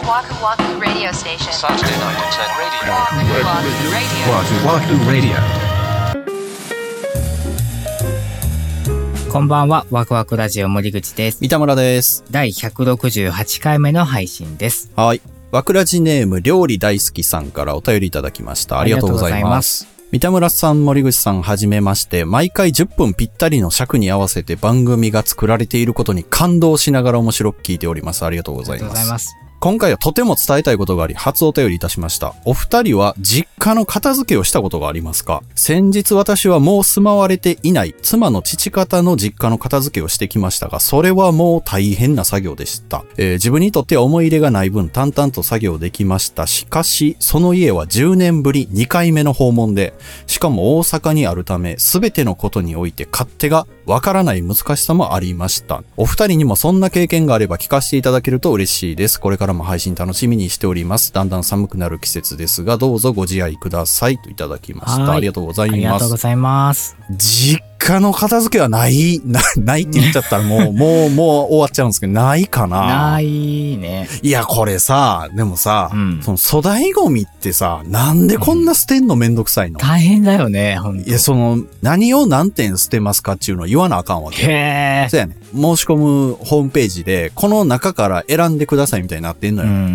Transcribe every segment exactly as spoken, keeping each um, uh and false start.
Waku Waku Radio Station. Saturday night at ten radio. Waku Waku Radio. こんばんは、ワクワクラジオ森口です。 三田村です。 だいひゃくろくじゅうはちかいめの配信です。 はい。ワクラジネーム料理大好きさんからお便りいただきました。ありがとうございます。三田村さん、森口さんはじめまして、毎回じゅっぷんぴったりの尺に合わせて番組が作られていることに感動しながら面白く聞いております。ありがとうございます。ありがとうございます。今回はとても伝えたいことがあり、初お便りいたしました。お二人は実家の片付けをしたことがありますか？先日私はもう住まわれていない妻の父方の実家の片付けをしてきましたが、それはもう大変な作業でした。えー、自分にとっては思い入れがない分淡々と作業できました。しかし、その家はじゅうねんぶりにかいめの訪問で、しかも大阪にあるため、すべてのことにおいて勝手がわからない難しさもありました。お二人にもそんな経験があれば聞かせていただけると嬉しいです。これからも配信楽しみにしております。だんだん寒くなる季節ですが、どうぞご自愛くださいといただきました。ありがとうございます。 ありがとうございます。 実家の片付けはない、な、ないって言っちゃったらもう、もう、もう終わっちゃうんですけど、ないかな。 ないね。 いや、これさ、でもさ、うん、その粗大ゴミってさ、なんでこんな捨てんのめんどくさいの？ 大変だよね、ほんと。 いや、その、何を何点捨てますかっていうのを言わなあかんわけ。 へー。 そうやね。申し込むホームページで、この中から選んでくださいみたいになってんのよ。うんうん、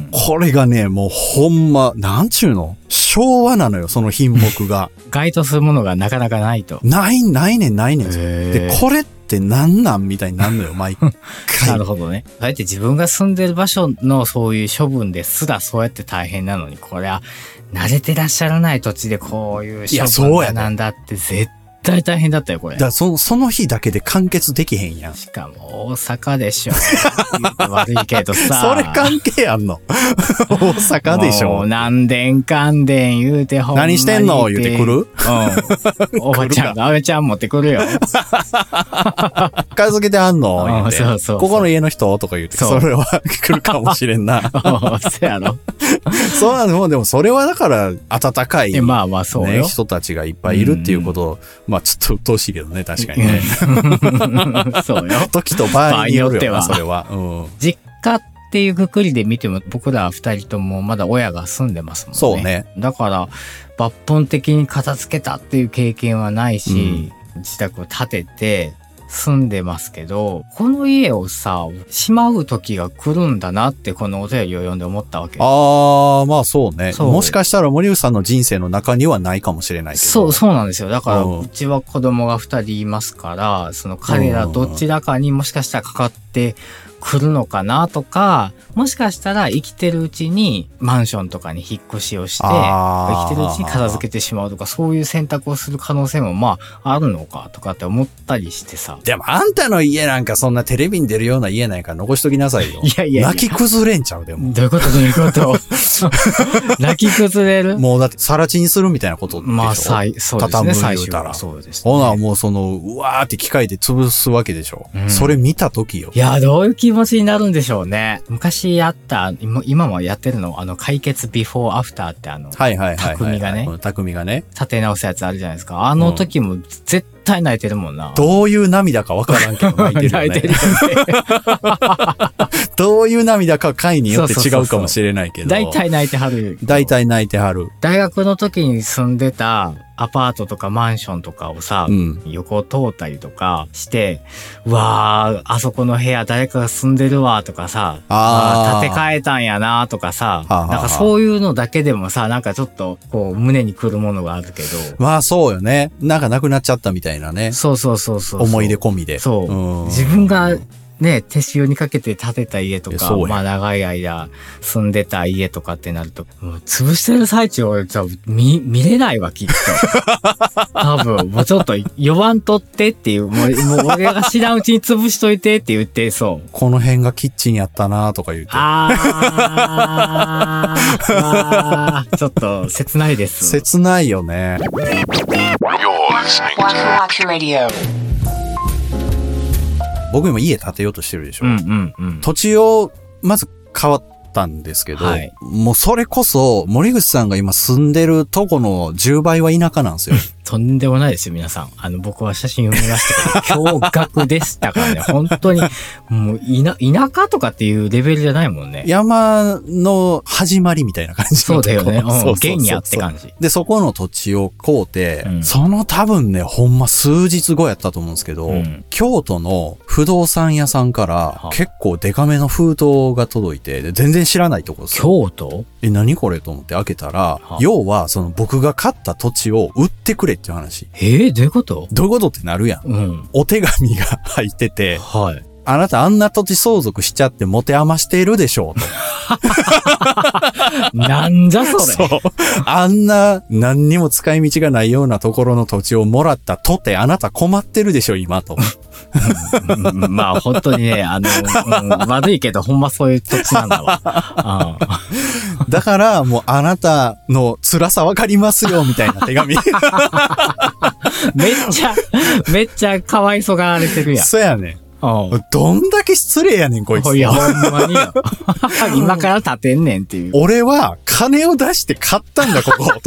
これがね、もうほんま、なんちゅうの？昭和なのよ、その品目が。 該当するものがなかなかないと。 ない、ないねん、ないねん。で、これってなんなんみたいになるのよ、毎回。 なるほどね。だって自分が住んでる場所のそういう処分ですらそうやって大変なのに、これは慣れてらっしゃらない土地でこういう処分なんだって絶対絶対大変だったよ、これ。 だからそ、その日だけで完結できへんやん。 しかも、大阪でしょ。言って悪いけどさ。 それ関係あんの？大阪でしょ。 もう何年かんでん言うてほんまに。 何してんの言うてくる？うん。 おばちゃんが、あべちゃん持ってくるよ。 片付けてあんの言うて。 そうそうそう。 ここの家の人とか言うて。それは来るかもしれんな。 そうやろ。 そうなの。でもそれはだから、温かい、 まあまあそうよ。 ね、人たちがいっぱいいるっていうことを、まあちょっと鬱陶しいけどね、確かにね。 そうよ。 時と場合によるよな、それは。うん、 実家っていうくくりで見ても、僕ら二人ともまだ親が住んでますもんね。 そうね。 だから、抜本的に片付けたっていう経験はないし、うん、自宅を建てて、住んでますけど、この家をさ、しまう時が来るんだなってこのお便りを読んで思ったわけ。 ああ、まあそうね。そうもしかしたら森内さんの人生の中にはないかもしれないけど。 そう、そうなんですよ。だから、うちは子供が二人いますから、その彼らどちらかにもしかしたらかかって来るのかなとか、もしかしたら生きてるうちにマンションとかに引っ越しをして、生きてるうちに片付けてしまうとか、そういう選択をする可能性もまああるのかとかって思ったりしてさ。 でもあんたの家なんかそんなテレビに出るような家なんか残しときなさいよ。 いやいやいや。 泣き崩れんちゃうでも。 どういうことどういうこと泣き崩れる？ もうだってさら地にするみたいなことでしょ。 まあ、さいそうですね。最初はそうです、ね。 ほな、もうその、うわーって機械で潰すわけでしょ。うん、それ見た時よ。 いや、どういう気持ちになるんでしょうね。昔やった、今、今もやってるの、あの、解決ビフォーアフターってあの、 はいはいはいはい、 匠がね、 匠がね、 立て直すやつあるじゃないですか。あの時も絶対泣いてるもんな。うん、 どういう涙かわからんけど泣いてるよね。泣いてるよね。どういう涙か回によって違うかもしれないけど。 大体泣いてはる。 大体泣いてはる。 大学の時に住んでたアパートとかマンションとかをさ、うん、横を通ったりとかして、うわー、あそこの部屋誰かが住んでるわとかさ、あ建て替えたんやなとかさ、はあはあ、なんかそういうのだけでもさ、なんかちょっとこう胸にくるものがあるけど。 まあそうよね。なんかなくなっちゃったみたいなね。 そうそうそうそう。 思い出込みで。 そう。うん、自分がね、手塩にかけて建てた家とか、まあ長い間住んでた家とかってなると、もう潰してる最中を見、見れないわ、きっと。多分、もうちょっと呼ばんとってっていう、もう、もう俺が知らんうちに潰しといてって言ってそう。 この辺がキッチンやったなとか言うて。 あー、あーちょっと切ないです。 切ないよね。僕今家建てようとしてるでしょ。うんうんうん、土地をまず変わったんですけど、はい、もうそれこそ森口さんが今住んでるとこのじゅうばいは田舎なんですよ。 とんでもないですよ、皆さん。あの、僕は写真読みましたけど、驚愕でしたからね、本当に、もう、いな、田舎とかっていうレベルじゃないもんね。 山の始まりみたいな感じ。 そうだよね。うん、 そうそうそう原野って感じ。 で、そこの土地を買うて、 うん、 その多分ね、ほんま数日後やったと思うんですけど、うん、京都の不動産屋さんから結構デカめの封筒が届いて、で全然知らないとこですよ。 京都？ え、何これと思って開けたら、要はその僕が買った土地を売ってくれっていう話。 えー、どういうこと？ どういうことってなるやん。うん、お手紙が入ってて、はい。あなたあんな土地相続しちゃって持て余しているでしょうと。 なんじゃそれ。 そう。あんな何にも使い道がないようなところの土地をもらったとてあなた困ってるでしょ今と。 まあ本当にね、あの、うん、悪いけどほんまそういう土地なんだわ。あだからもうあなたの辛さわかりますよみたいな手紙。 めっちゃ、めっちゃかわいそがられてるやん。 そうやねん。どんだけ失礼やねん、こいつ。 いや、ほんまによ。今から立てんねんっていう。 俺は、金を出して買ったんだ、ここ。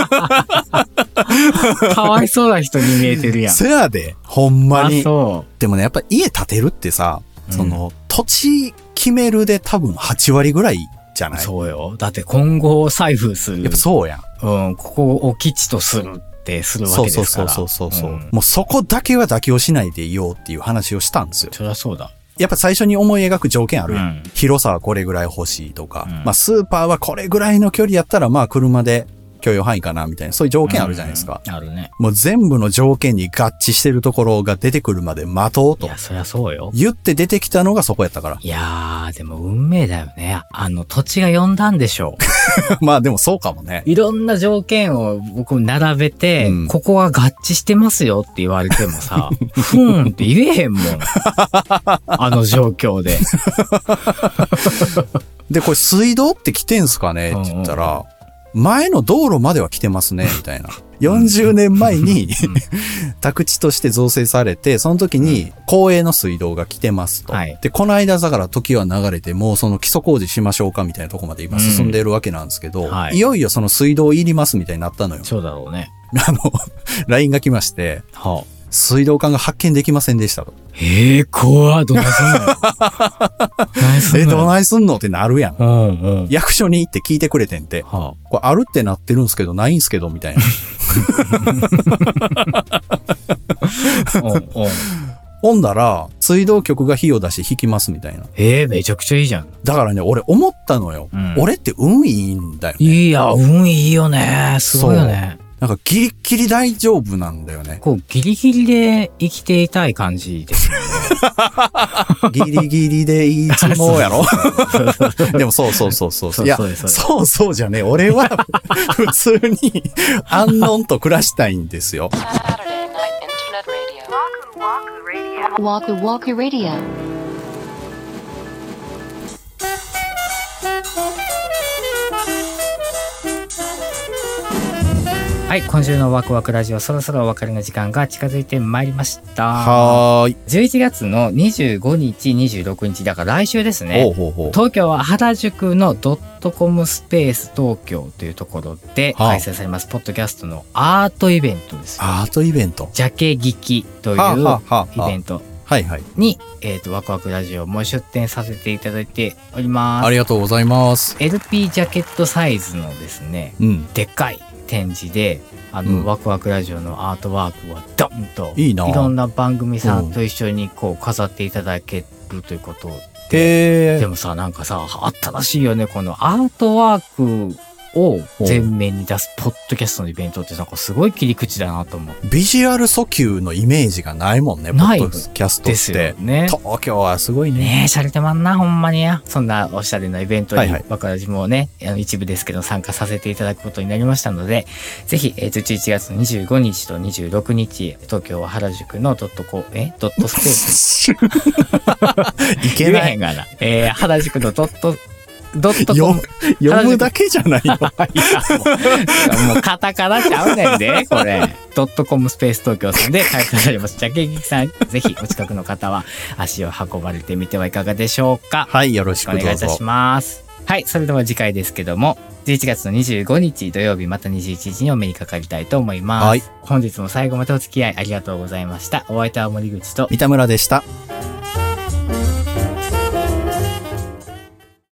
かわいそうな人に見えてるやん。 そやで、ほんまに。 あ、そう。 でもね、やっぱ家建てるってさ、うん、その、土地決めるで多分はちわりぐらいじゃない？ そうよ。だって今後財布する。 やっぱそうやん。 うん、ここを基地とする。ってするわけですから。 そうそうそうそうそう、うん。もうそこだけは妥協しないでいようっていう話をしたんですよ。 そりゃそうだ。 やっぱ最初に思い描く条件あるやん。うん、広さはこれぐらい欲しいとか、うん、まあスーパーはこれぐらいの距離やったらまあ車で許容範囲かなみたいな、そういう条件あるじゃないですか。 うん、あるね。 もう全部の条件に合致してるところが出てくるまで待とうと。 いや、そりゃそうよ。 言って出てきたのがそこやったから。 いやー、でも運命だよね。あの土地が呼んだんでしょう。まあでもそうかもね。 いろんな条件を僕並べて、うん、ここは合致してますよって言われてもさ、ふーんって言えへんもん。あの状況で。で、これ水道って来てんすかねって言ったら、うんうん前の道路までは来てますね、みたいな。よんじゅうねんまえに宅地として造成されて、その時に公営の水道が来てますと。はい、で、この間だから時は流れて、もうその基礎工事しましょうかみたいなとこまで今進んでいるわけなんですけど、うんはい、いよいよその水道いりますみたいになったのよ。 そうだろうね。 あの、ライン が来まして、はあ、水道管が発見できませんでしたと。 ええー、怖い。どないすんのよ。 え、どないすんのってなるやん。 うんうん、 役所に行って聞いてくれてんて。はあ、これあるってなってるんすけど、ないんすけど、みたいな。おうおうほんだら、水道局が費用出して引きますみたいな。 ええー、めちゃくちゃいいじゃん。 だからね、俺思ったのよ。うん、俺って運いいんだよね。 いや、運いいよね。すごいよね。 なんかギリギリ大丈夫なんだよね。 こうギリギリで生きていたい感じですよね。 ギリギリでいつもやろでもそうそうそうそうそう。いや、そうそうじゃねえ。俺は普通に安穏と暮らしたいんですよ。 Waku Waku Radio。 はい、今週のワクワクラジオ、そろそろお別れの時間が近づいてまいりました。 はーい。 じゅういちがつのにじゅうごにち、にじゅうろくにちだから来週ですね。 ほうほうほう。 東京は原宿のドットコムスペース東京というところで開催されます、ポッドキャストのアートイベントです。 アートイベント。 ジャケ聞きというイベント。 はいはい。 に、えっと、ワクワクラジオも出展させていただいております。 ありがとうございます。 エルピー ジャケットサイズのですね、うん、でっかい展示で、あの、うん、ワクワクラジオのアートワークはドンといいな、いろんな番組さんと一緒にこう飾っていただけるということで、でもさ、なんかさ、新しいよね、このアートワークを前面に出すポッドキャストのイベントってなんかすごい切り口だなと思う。 ビジュアル訴求のイメージがないもんね、ポッドキャストって。ですよね。東京はすごいね。 ねえ、しゃれてまんな、ほんまにや。そんなおしゃれなイベントに、はいはい、ワクラジもね、あの一部ですけど参加させていただくことになりましたので、ぜひ、えー、じゅういちがつにじゅうごにちとにじゅうろくにち、東京は原宿のドットコ、えドットスペース。いけない。言えへんがな。えー、原宿のドット、ドットコム読むだけじゃないの。いやもう、もうカタカナちゃうねんで、これ。ドットコムスペース東京さんで開催されます。ジャケ劇さん、ぜひお近くの方は足を運ばれてみてはいかがでしょうか。 はい、よろしくどうぞ。 お願いいたします。 はい、それでは次回ですけども、じゅういちがつのにじゅうごにち土曜日またにじゅういちじにお目にかかりたいと思います。はい、本日も最後までお付き合いありがとうございました。お相手は森口と三田村でした。